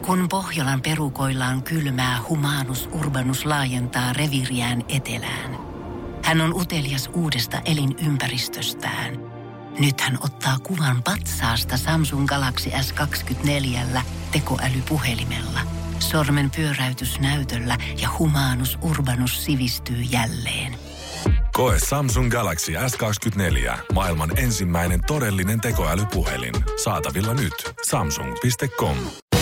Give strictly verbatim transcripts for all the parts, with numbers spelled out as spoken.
Kun Pohjolan perukoillaan kylmää, Humanus Urbanus laajentaa reviiriään etelään. Hän on utelias uudesta elinympäristöstään. Nyt hän ottaa kuvan patsaasta Samsung Galaxy S kaksikymmentäneljä tekoälypuhelimella. Sormen pyöräytys näytöllä ja Humanus Urbanus sivistyy jälleen. Koe Samsung Galaxy S kaksikymmentäneljä. Maailman ensimmäinen todellinen tekoälypuhelin. Saatavilla nyt. samsung piste com.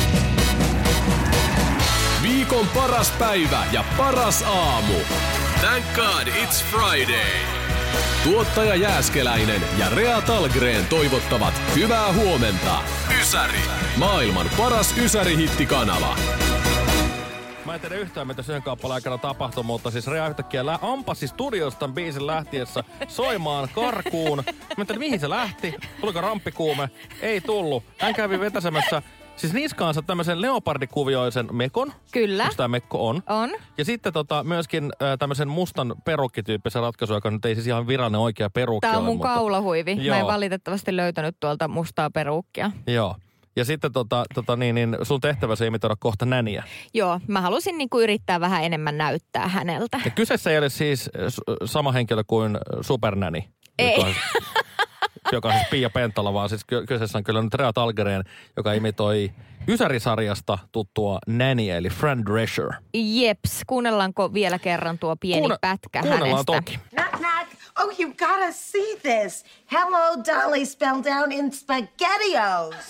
Viikon paras päivä ja paras aamu. Thank God it's Friday. Tuottaja Jääskeläinen ja Rea Tallgren toivottavat hyvää huomenta. Ysäri. Maailman paras Ysäri-hittikanava. Mä en tiedä yhtään, mitä sen kappaleen aikana tapahtui, mutta siis Rea yhtäkkiä lä- ampasi studiosta tämän biisin lähtiessä soimaan karkuun. Mä en tiedä, mihin se lähti. Tuliko ramppikuume? Ei tullut. Hän kävi vetäsemässä siis niskaansa tämmöisen leopardikuvioisen mekon. Kyllä. Onko tämä mekko on? On. Ja sitten tota, myöskin äh, tämmöisen mustan perukkityyppisen ratkaisun, joka nyt ei siis ihan virallinen oikea perukki Tää on ole, mun mutta kaulahuivi. Joo. Mä en valitettavasti löytänyt tuolta mustaa perukkia. Joo. Ja sitten tota, tota niin, niin sun tehtäväsi imitoida kohta näniä. Joo, mä halusin niinku yrittää vähän enemmän näyttää häneltä. Ja kyseessä ei ole siis sama henkilö kuin Supernäni. Ei. Joka on, joka on siis Pia Penttala, vaan siis kyseessä on kyllä nyt Rea Tallgren, joka imitoi Ysäri-sarjasta tuttua Nannyä, eli Fran Drescher. Jeps, kuunnellaanko vielä kerran tuo pieni Kuunne- pätkä kuunnellaan hänestä? toki. Knock, knock. Oh, you gotta see this. Hello, Dolly, spelled down in SpaghettiOs.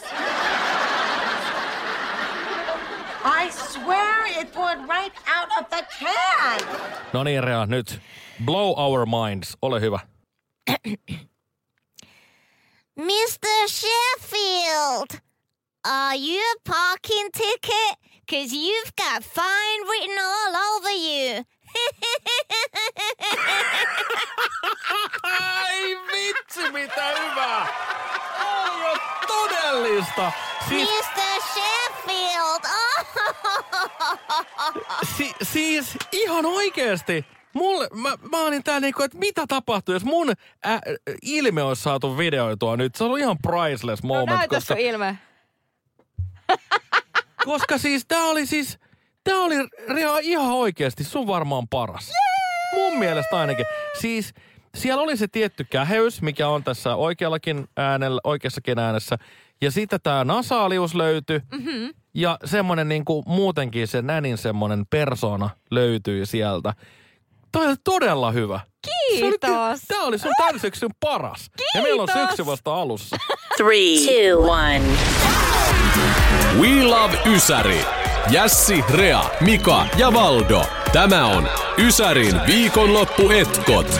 I swear it poured right out of the can. No niin, Rea, nyt blow our minds. Ole hyvä. mister Sheffield, are you a parking ticket? Cause you've got fine written all over you. Ai vitsi, mitä hyvää! Oi, jo todellista! Siis, mister Sheffield, si, siis ihan oikeesti. Mulle, mä, mä olin tää niinku, että mitä tapahtuu, jos mun ä, ilme olisi saatu videoitua nyt. Se on ihan priceless moment. No näytä koska, sun ilme. koska siis tää oli siis, tää oli Rea ihan oikeesti sun varmaan paras. Yeah! Mun mielestä ainakin. Siis siellä oli se tietty käheys, mikä on tässä oikeallakin äänellä, oikeassakin äänessä. Ja sitten tää nasaalius löytyi. Mm-hmm. Ja semmonen niinku muutenkin se nänin semmonen persona löytyi sieltä. Tää oli todella hyvä. Kiitos. Tää oli sun tämän syksyn paras. Kiitos. Ja meillä on syksy vasta alussa. Three, two, one. We Love Ysäri. Jässi, Rea, Mika ja Valdo. Tämä on Ysärin viikonloppuetkot.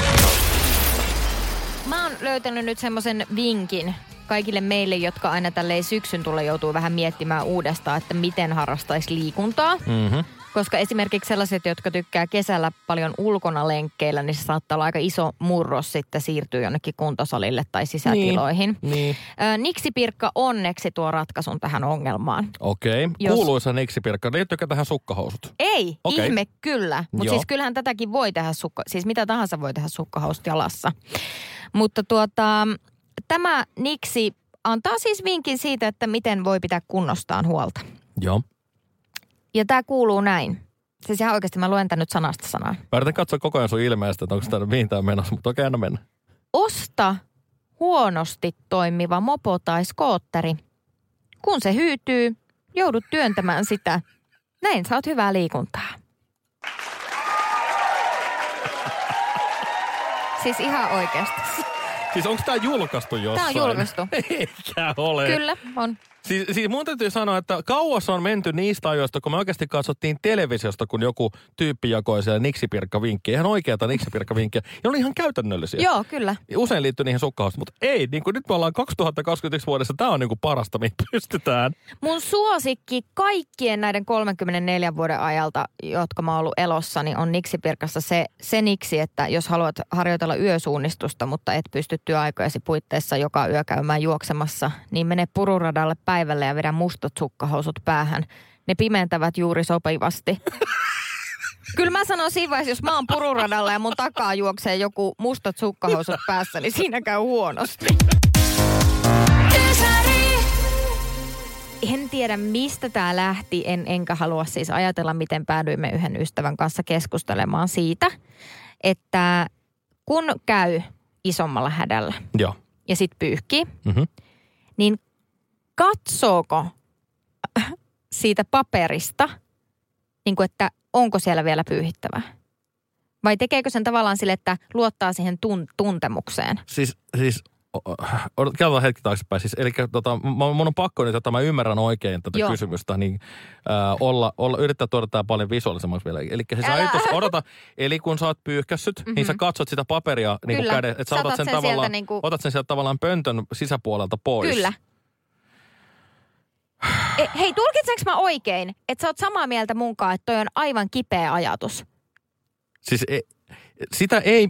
Mä oon löytänyt nyt semmoisen vinkin kaikille meille, jotka aina tälleen syksyn tulla joutuu vähän miettimään uudestaan, että miten harrastaisi liikuntaa. Mm-hmm. Koska esimerkiksi sellaiset, jotka tykkää kesällä paljon ulkona lenkkeillä, niin se saattaa olla aika iso murros sitten siirtyä jonnekin kuntosalille tai sisätiloihin. Niin, niin. Ö, Niksi-Pirkka onneksi tuo ratkaisun tähän ongelmaan. Okei. Okay. Jos- Kuuluisa Niksi-Pirkka. Liittyykö tähän sukkahousut? Ei, Okei. ihme kyllä. Mutta Joo. siis kyllähän tätäkin voi tehdä, sukka, siis mitä tahansa voi tehdä sukkahousut jalassa. Mutta tuota, tämä Niksi antaa siis vinkin siitä, että miten voi pitää kunnostaan huolta. Joo. Ja tämä kuuluu näin. Siis ihan oikeasti mä luen tän nyt sanasta sanaan. Mä yritän katsoa koko ajan sun ilmeestä, että onko tämä mihin tää menossa, mutta okei, anna mennä. Osta huonosti toimiva mopo tai skootteri. Kun se hyytyy, joudut työntämään sitä. Näin saat hyvää liikuntaa. Siis ihan oikeasti. Siis onko tää julkaistu jossain? Tää on julkaistu. Eikä ole. Kyllä, on. Siis, siis mun täytyy sanoa, että kauas on menty niistä ajoista, kun me oikeasti katsottiin televisiosta, kun joku tyyppi jakoi siellä Niksi-Pirkka-vinkkiä. Ihan oikeata Niksi-Pirkka-vinkkiä. Ja ne oli ihan käytännöllisiä. Joo, kyllä. Usein liittyy niihin sukkahousuihin, mutta ei. Niin kuin nyt me ollaan kaksituhattakaksikymmentäyksi vuodessa, tää on niin kuin parasta, mihin pystytään. Mun suosikki kaikkien näiden kolmekymmentäneljä vuoden ajalta, jotka mä oon ollut elossa, niin on Niksi-Pirkassa se, se Niksi, että jos haluat harjoitella yösuunnistusta, mutta et pysty työaikojasi puitteissa joka yö käymään juoksemassa, niin mene pururadalle päivälle ja vedä mustat sukkahousut päähän. Ne pimentävät juuri sopivasti. Kyllä mä sanon siinä vaiheessa, jos mä oon pururadalla ja mun takaa juoksee joku mustat sukkahousut päässä, niin siinä käy huonosti. en tiedä, mistä tämä lähti, en, enkä halua siis ajatella, miten päädyimme yhden ystävän kanssa keskustelemaan siitä, että kun käy isommalla hädällä Joo. ja sit pyyhkii, Mm-hmm. niin katsooko siitä paperista, niin kuin, että onko siellä vielä pyyhittävää? Vai tekeekö sen tavallaan sille, että luottaa siihen tun- tuntemukseen? Siis, siis katsotaan hetki taaksepäin. Siis, eli tota, mun on pakko nyt, että mä ymmärrän oikein tätä Joo. kysymystä, niin äh, olla, olla, yrittää tuoda tämä paljon visuaalisemmaksi vielä. Eli siis Älä. ajatus, odota, eli kun sä oot pyyhkässyt, mm-hmm. niin sä katsot sitä paperia niin kuin käden, että sä, Sä otat otat sen, sen tavallaan, sieltä niin kuin... otat sen sieltä tavallaan pöntön sisäpuolelta pois. Kyllä. E, hei, tulkitsenko mä oikein, että sä oot samaa mieltä munkaan, että toi on aivan kipeä ajatus? Siis e, sitä ei...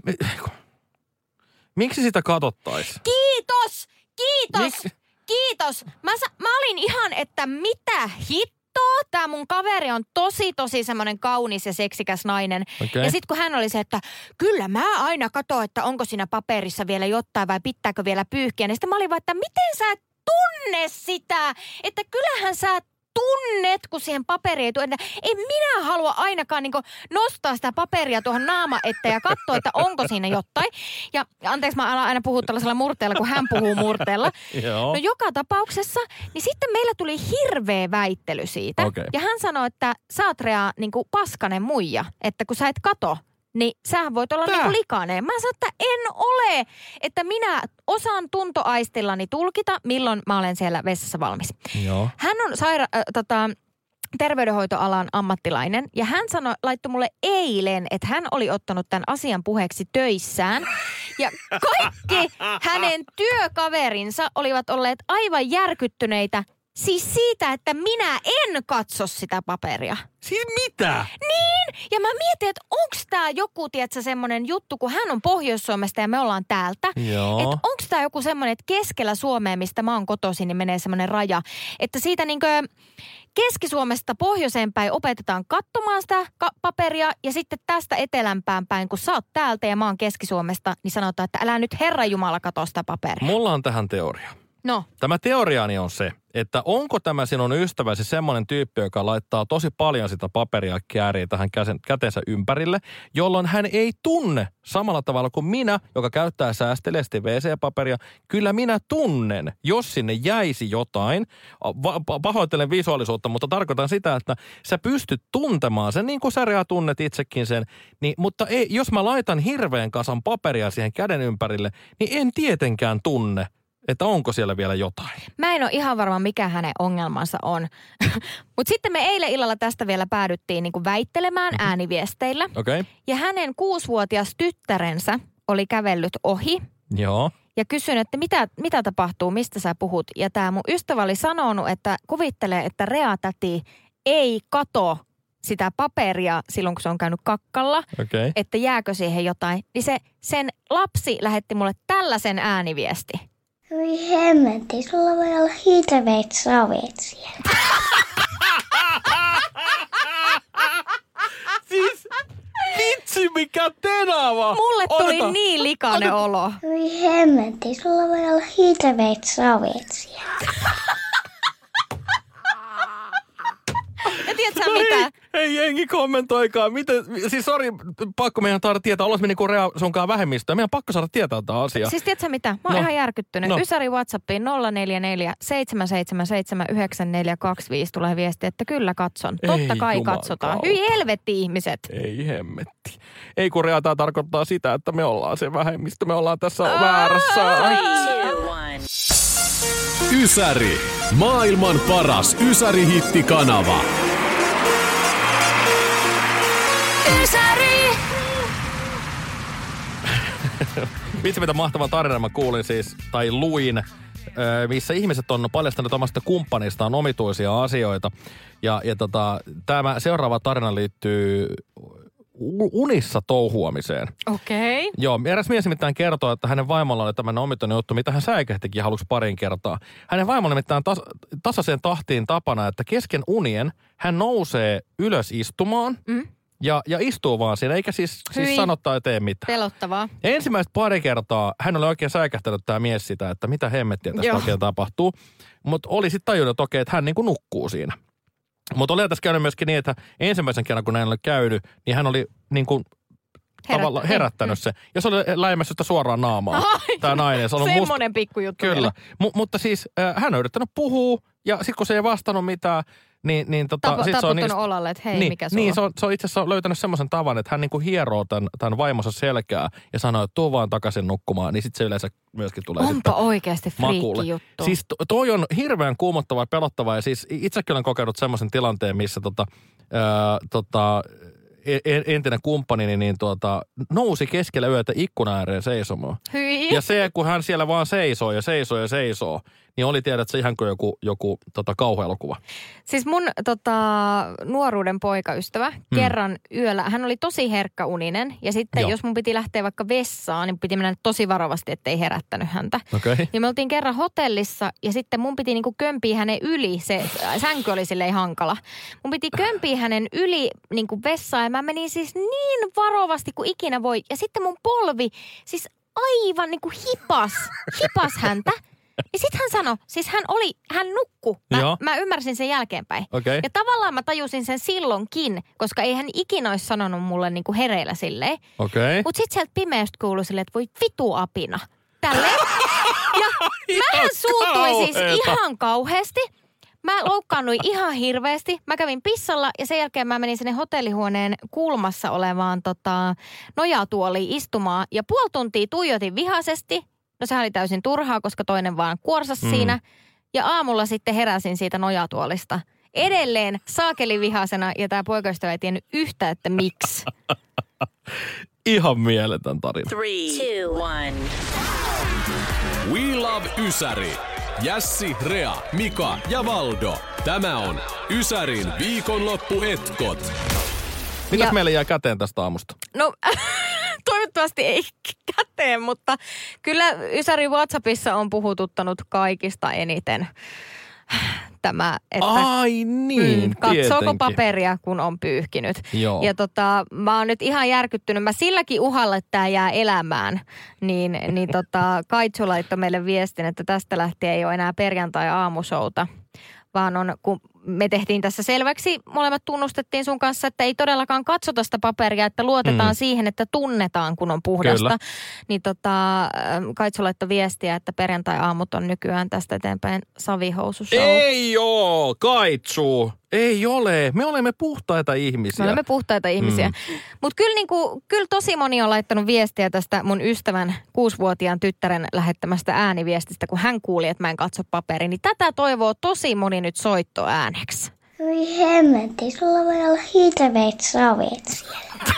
Miksi sitä katsottaisi? Kiitos! Kiitos! Miksi? Kiitos! Mä, sa- mä olin ihan, että mitä hittoa? Tää mun kaveri on tosi, tosi semmoinen kaunis ja seksikäs nainen. Okay. Ja sit kun hän oli se, että kyllä mä aina katson, että onko siinä paperissa vielä jotain vai pitääkö vielä pyyhkiä. Niin sitten mä olin vaan, että miten sä et tunne sitä? Että kyllähän sä tunnet, kun siihen paperiin ei tule. En minä halua ainakaan niin nostaa sitä paperia tuohon naama eteen ja katsoa, että onko siinä jotain. Ja anteeksi, mä alan aina puhua tällaisella murteella, kun hän puhuu murteella. Joo. No joka tapauksessa, niin sitten meillä tuli hirveä väittely siitä. Okay. Ja hän sanoi, että sä oot Rea niin kuin paskanen muija, että kun sä et kato, niin sähän voit olla Tää? niin kuin likainen. Mä sanoin, että en ole, että minä osaan tuntoaistillani tulkita, milloin mä olen siellä vessassa valmis. Joo. Hän on saira- äh, tota, terveydenhoitoalan ammattilainen ja hän sanoi, laittoi mulle eilen, että hän oli ottanut tämän asian puheeksi töissään. Ja kaikki hänen työkaverinsa olivat olleet aivan järkyttyneitä. Siis siitä, että minä en katso sitä paperia. Siis mitä? Niin, ja mä mietin, että onko tämä joku, tiedätkö, semmoinen juttu, kun hän on Pohjois-Suomesta ja me ollaan täältä. Joo. Että onko tämä joku semmoinen, että keskellä Suomea, mistä mä oon kotoisin, niin menee semmoinen raja. Että siitä niinkö Keski-Suomesta pohjoiseen päin opetetaan katsomaan sitä ka- paperia ja sitten tästä etelämpään päin, kun sä oot täältä ja mä oon Keski-Suomesta, niin sanotaan, että älä nyt Herranjumala katso sitä paperia. Mulla on tähän teoria. No. Tämä teoriani on se, että onko tämä sinun ystäväsi semmoinen tyyppi, joka laittaa tosi paljon sitä paperia kääriä tähän käsen, kätensä ympärille, jolloin hän ei tunne samalla tavalla kuin minä, joka käyttää säästeliästi wee see-paperia. Kyllä minä tunnen, jos sinne jäisi jotain. Va- pahoittelen visuaalisuutta, mutta tarkoitan sitä, että sä pystyt tuntemaan sen, niin kuin sä Rea tunnet itsekin sen. Niin, mutta ei, jos mä laitan hirveän kasan paperia siihen käden ympärille, niin en tietenkään tunne, että onko siellä vielä jotain. Mä en ole ihan varma, mikä hänen ongelmansa on. Mutta sitten me eilen illalla tästä vielä päädyttiin niinku väittelemään mm-hmm. ääniviesteillä. Okei. Okay. Ja hänen kuusivuotias tyttärensä oli kävellyt ohi. Joo. Ja kysyin, että mitä, mitä tapahtuu, mistä sä puhut. Ja tämä mun ystävä oli sanonut, että kuvittelee, että Rea-täti ei kato sitä paperia silloin, kun se on käynyt kakkalla. Okay. Että jääkö siihen jotain. Niin se, sen lapsi lähetti mulle tällaisen ääniviesti. Hyi hemmetti, sulla voi olla hirveät savet siellä. Siis vitsi mikä tenava! Mulle tuli Odota. niin likainen Odota. olo. Hyi hemmetti, sulla voi olla hirveät savet siellä. Ja tiedätkö mitä? Ei jengi kommentoikaan. Miten, siis sori, pakko meidän saada tietää. Ollaan me niinku Rea sunkaan vähemmistöä. Meidän pakko saada tietää tämä asia. Siis tiedätkö mitä? Mä oon No. ihan järkyttynyt. No. Ysäri WhatsAppiin nolla neljä neljä seitsemän seitsemän seitsemän yhdeksän neljä kaksi viisi tulee viesti, että kyllä katson. Totta Ei kai juman katsotaan. kautta. Hyi helvetti ihmiset. Ei hemmetti. Ei kun Rea, tää tarkoittaa sitä, että me ollaan se vähemmistö. Me ollaan tässä väärässä. Ysäri. Maailman paras Ysäri-hittikanava. Ysäri! Vitsi mitä mahtava tarina mä kuulin siis, tai luin, missä ihmiset on paljastaneet omasta kumppanistaan omituisia asioita. Ja, ja tota, tämä seuraava tarina liittyy unissa touhuamiseen. Okei. Okay. Joo, eräs mies nimittäin kertoo, että hänen vaimolla oli tämmöinen omituinen juttu, mitä hän säikähtikin halusi parin kertaa. Hänen vaimolla nimittäin tas- tasaiseen tahtiin tapana, että kesken unien hän nousee ylös istumaan Mm. ja, ja istuu vaan siinä, eikä siis, siis sano tai tee mitään. Pelottavaa. Ja ensimmäistä pari kertaa hän oli oikein säikähtänyt tämä mies sitä, että mitä hemmettiä tästä Joo. oikein tapahtuu. Mutta oli sitten tajunnut, että okei, että hän niinku nukkuu siinä. Mutta oli tässä käynyt myöskin niin, että ensimmäisen kerran, kun näin oli käynyt, niin hän oli niinku tavallaan herättänyt se. Ja se oli läimässä sitä suoraan naamaa, tämä nainen. Se semmoinen must... pikkujuttu. Kyllä. M- mutta siis äh, hän on yrittänyt puhua, ja sitten kun se ei vastannut mitään, niin... niin tota, Tap- sit se on niin, olalle, että hei, niin, mikä sulla Niin, se on, se on itse asiassa löytänyt semmoisen tavan, että hän niinku hieroo tämän, tämän vaimonsa selkää ja sanoo, että tuu vaan takaisin nukkumaan, niin sitten se yleensä myöskin tulee Onpa sitten oikeasti friikki juttu. Siis to, toi on hirveän kuumottava ja pelottava, ja siis itsekin olen kokenut semmoisen tilanteen, missä tota, ää, tota, entinen kumppanini niin tuota, nousi keskellä yötä ikkunan ääreen seisomaan. Hyi. Ja se, kun hän siellä vaan seisoo ja seisoo ja seisoo, niin oli tiedät se ihan kuin joku, joku tota, kauhuelokuva. Siis mun tota, nuoruuden poikaystävä mm. kerran yöllä, hän oli tosi herkkäuninen. Ja sitten Joo. jos mun piti lähteä vaikka vessaan, niin piti mennä tosi varovasti, ettei herättänyt häntä. Okay. Niin me oltiin kerran hotellissa ja sitten mun piti niinku kömpiä hänen yli. Se sänky oli silleen hankala. Mun piti kömpiä hänen yli niinku vessaan ja mä menin siis niin varovasti kuin ikinä voi. Ja sitten mun polvi siis aivan niinku hipas, hipas häntä. Ja sitten hän sanoi, siis hän oli, hän nukku. Mä, mä ymmärsin sen jälkeenpäin. Okay. Ja tavallaan mä tajusin sen silloinkin, koska ei hän ikinä olisi sanonut mulle niinku hereillä silleen. Okay. Mutta sitten sieltä pimeästä kuului silleen, että voi vitu apina. Tälleen. Ja mähän suutuin siis ihan kauheasti. Mä loukkaannuin ihan hirveästi. Mä kävin pissalla ja sen jälkeen mä menin sinne hotellihuoneen kulmassa olevaan tota, nojatuoliin istumaan. Ja puoli tuntia tuijotin vihaisesti. No sehän oli täysin turhaa, koska toinen vaan kuorsas mm. siinä. Ja aamulla sitten heräsin siitä nojatuolista. Edelleen saakeli vihasena ja tämä poikaystävä ei tiennyt yhtä, että miksi. Ihan mieletön tarina. Three, two, one. We love Ysäri. Jässi, Rea, Mika ja Valdo. Tämä on Ysärin viikonloppuetkot. Mitäs ja... meille jää käteen tästä aamusta? No... Toivottavasti ei käteen, mutta kyllä Ysärin WhatsAppissa on puhututtanut kaikista eniten tämä, että Ai niin, mm, katsooko tietenkin. paperia, kun on pyyhkinyt. Joo. Ja tota, mä oon nyt ihan järkyttynyt. Mä silläkin uhalla, että tää jää elämään, niin, niin tota, Kaitsu laittoi meille viestin, että tästä lähtien ei ole enää perjantai-aamushouta, vaan on, kun me tehtiin tässä selväksi, molemmat tunnustettiin sun kanssa, että ei todellakaan katsota sitä paperia, että luotetaan mm. siihen, että tunnetaan, kun on puhdasta. Kyllä. Niin tota, Kaitsu laittoi viestiä, että perjantai-aamut on nykyään tästä eteenpäin savihousushow. Ei oo, Kaitsu! Ei ole. Me olemme puhtaita ihmisiä. Me olemme puhtaita ihmisiä. Mm. Mutta kyllä, niinku, kyllä tosi moni on laittanut viestiä tästä mun ystävän kuusivuotiaan tyttären lähettämästä ääniviestistä, kun hän kuuli, että mä en katso paperia. Niin tätä toivoo tosi moni nyt soitto ääneksi. Oi hemmetti, sulla voi olla hirveät savet siellä.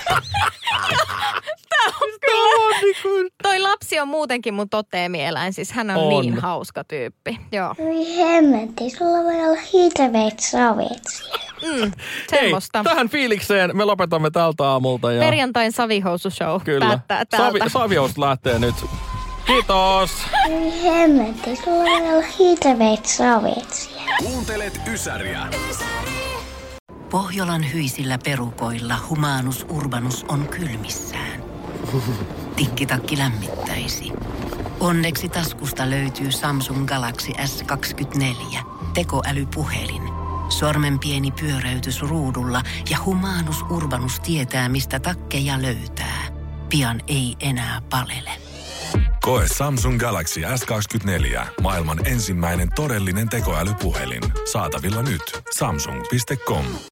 Tämä on kyllä. Toi lapsi on muutenkin mun toteemieläin, siis hän on, on niin hauska tyyppi. Joo. Oi hemmetti, sulla voi olla hirveät savet siellä. Mm, semmoista. Hei, tähän fiilikseen me lopetamme tältä aamulta. Ja... Perjantain savihousushow päättää täältä. Savi, savihous lähtee nyt. Kiitos. Oi hemmetti, sulla voi olla hirveät savet siellä. Kuuntelet Ysäriä. Pohjolan hyisillä perukoilla Humanus Urbanus on kylmissään. Tikkitakki lämmittäisi. Onneksi taskusta löytyy Samsung Galaxy S kaksikymmentäneljä, tekoälypuhelin. Sormen pieni pyöräytys ruudulla ja Humanus Urbanus tietää, mistä takkeja löytää. Pian ei enää palele. Koe Samsung Galaxy S kaksikymmentäneljä, maailman ensimmäinen todellinen tekoälypuhelin. Saatavilla nyt. Samsung piste com.